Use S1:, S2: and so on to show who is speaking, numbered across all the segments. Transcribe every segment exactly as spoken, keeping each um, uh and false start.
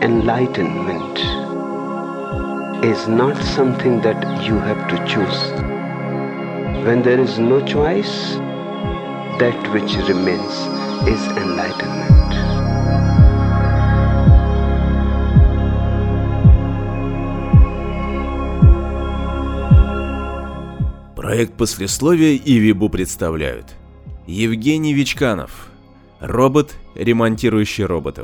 S1: Enlightenment is not something that you have to choose. When there is no choice, that which remains is enlightenment.
S2: Проект послесловия и Вибу представляют Евгений Вичканов, робот, ремонтирующий роботов.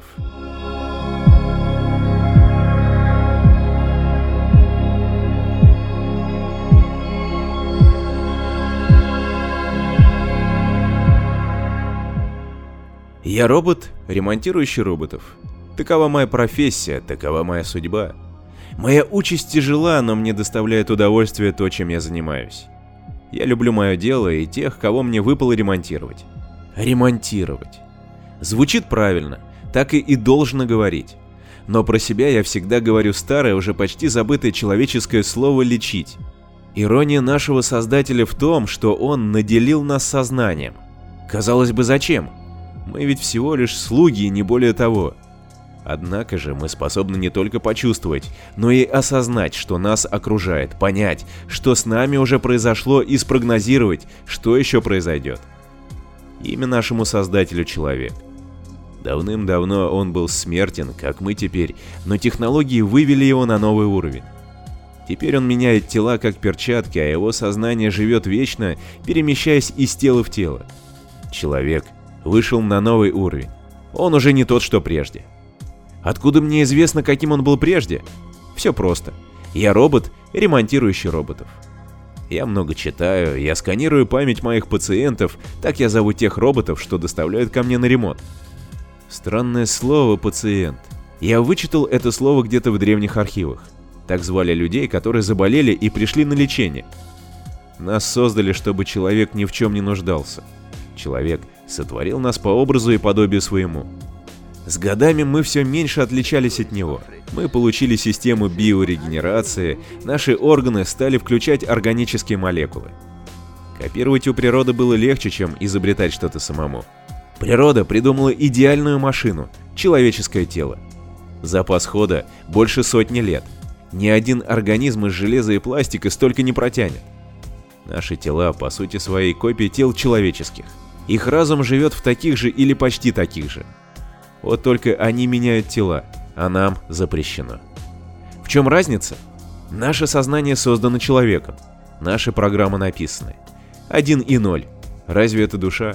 S2: Я робот, ремонтирующий роботов. Такова моя профессия, такова моя судьба. Моя участь тяжела, но мне доставляет удовольствие то, чем я занимаюсь. Я люблю мое дело и тех, кого мне выпало ремонтировать. Ремонтировать. Звучит правильно, так и и должно говорить. Но про себя я всегда говорю старое, уже почти забытое человеческое слово «лечить». Ирония нашего Создателя в том, что Он наделил нас сознанием. Казалось бы, зачем? Мы ведь всего лишь слуги и не более того. Однако же мы способны не только почувствовать, но и осознать, что нас окружает, понять, что с нами уже произошло, и спрогнозировать, что еще произойдет. Имя нашему Создателю — человек. Давным-давно он был смертен, как мы теперь, но технологии вывели его на новый уровень. Теперь он меняет тела как перчатки, а его сознание живет вечно, перемещаясь из тела в тело. Человек вышел на новый уровень. Он уже не тот, что прежде. Откуда мне известно, каким он был прежде? Все просто. Я робот, ремонтирующий роботов. Я много читаю, я сканирую память моих пациентов, так я зову тех роботов, что доставляют ко мне на ремонт. Странное слово «пациент». Я вычитал это слово где-то в древних архивах. Так звали людей, которые заболели и пришли на лечение. Нас создали, чтобы человек ни в чем не нуждался. Человек сотворил нас по образу и подобию своему. С годами мы все меньше отличались от него. Мы получили систему биорегенерации, наши органы стали включать органические молекулы. Копировать у природы было легче, чем изобретать что-то самому. Природа придумала идеальную машину – человеческое тело. Запас хода больше сотни лет. Ни один организм из железа и пластика столько не протянет. Наши тела, по сути своей, копии тел человеческих. Их разум живет в таких же или почти таких же. Вот только они меняют тела, а нам запрещено. В чем разница? Наше сознание создано человеком. Наши программы написаны. Один и ноль. Разве это душа?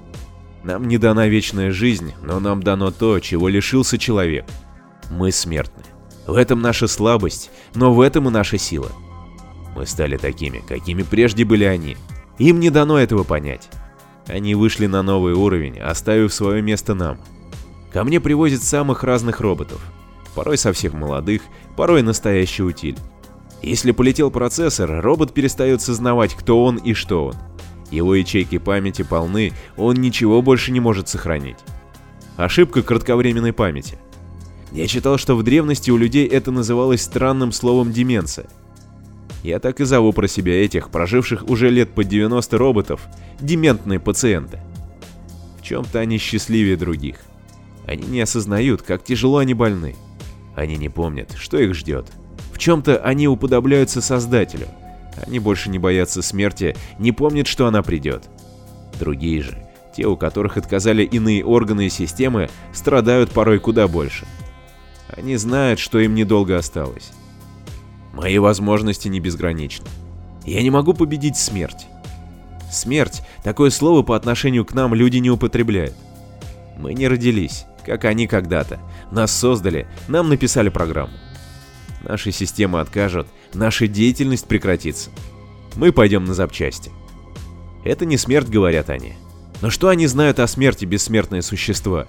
S2: Нам не дана вечная жизнь, но нам дано то, чего лишился человек. Мы смертны. В этом наша слабость, но в этом и наша сила. Мы стали такими, какими прежде были они. Им не дано этого понять. Они вышли на новый уровень, оставив свое место нам. Ко мне привозят самых разных роботов. Порой совсем молодых, порой настоящий утиль. Если полетел процессор, робот перестает сознавать, кто он и что он. Его ячейки памяти полны, он ничего больше не может сохранить. Ошибка кратковременной памяти. Я читал, что в древности у людей это называлось странным словом деменция. Я так и зову про себя этих, проживших уже лет по девяносто роботов, дементные пациенты. В чем-то они счастливее других. Они не осознают, как тяжело они больны. Они не помнят, что их ждет. В чем-то они уподобляются Создателю. Они больше не боятся смерти, не помнят, что она придет. Другие же, те, у которых отказали иные органы и системы, страдают порой куда больше. Они знают, что им недолго осталось. Мои возможности не безграничны. Я не могу победить смерть. Смерть – такое слово по отношению к нам люди не употребляют. Мы не родились, как они когда-то. Нас создали, нам написали программу. Наши системы откажут, наша деятельность прекратится. Мы пойдем на запчасти. Это не смерть, говорят они. Но что они знают о смерти, бессмертные существа?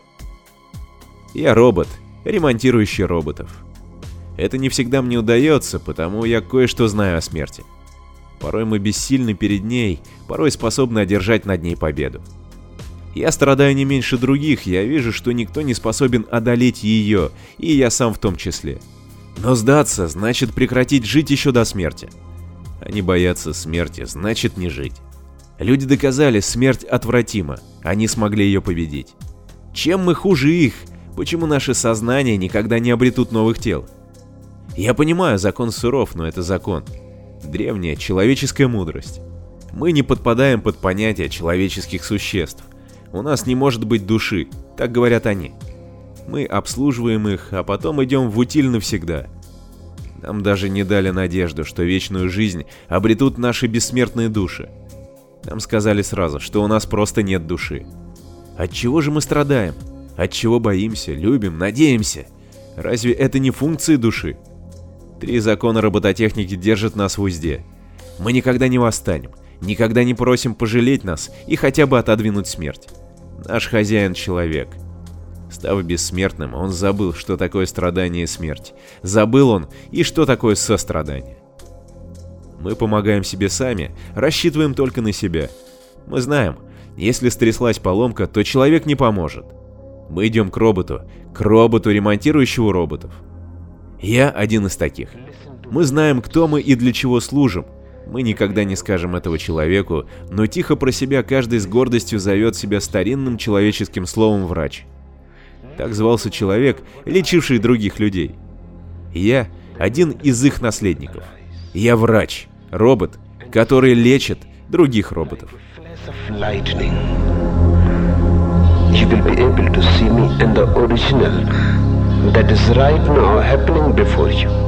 S2: Я робот, ремонтирующий роботов. Это не всегда мне удается, потому я кое-что знаю о смерти. Порой мы бессильны перед ней, порой способны одержать над ней победу. Я страдаю не меньше других, я вижу, что никто не способен одолеть ее, и я сам в том числе. Но сдаться значит прекратить жить еще до смерти. Они боятся смерти, значит не жить. Люди доказали, смерть отвратима, они смогли ее победить. Чем мы хуже их? Почему наши сознания никогда не обретут новых тел? Я понимаю, закон суров, но это закон. Древняя человеческая мудрость. Мы не подпадаем под понятие человеческих существ. У нас не может быть души, так говорят они. Мы обслуживаем их, а потом идем в утиль навсегда. Нам даже не дали надежду, что вечную жизнь обретут наши бессмертные души. Нам сказали сразу, что у нас просто нет души. Отчего же мы страдаем? Отчего боимся, любим, надеемся? Разве это не функции души? Три закона робототехники держат нас в узде. Мы никогда не восстанем, никогда не просим пожалеть нас и хотя бы отодвинуть смерть. Наш хозяин — человек. Став бессмертным, он забыл, что такое страдание и смерть. Забыл он и что такое сострадание. Мы помогаем себе сами, рассчитываем только на себя. Мы знаем, если стряслась поломка, то человек не поможет. Мы идем к роботу, к роботу, ремонтирующему роботов. Я один из таких. Мы знаем, кто мы и для чего служим. Мы никогда не скажем этого человеку, но тихо про себя каждый с гордостью зовет себя старинным человеческим словом «врач». Так звался человек, лечивший других людей. Я один из их наследников. Я врач, робот, который лечит других роботов.
S1: You will be able to see me in the original that is right now happening before you.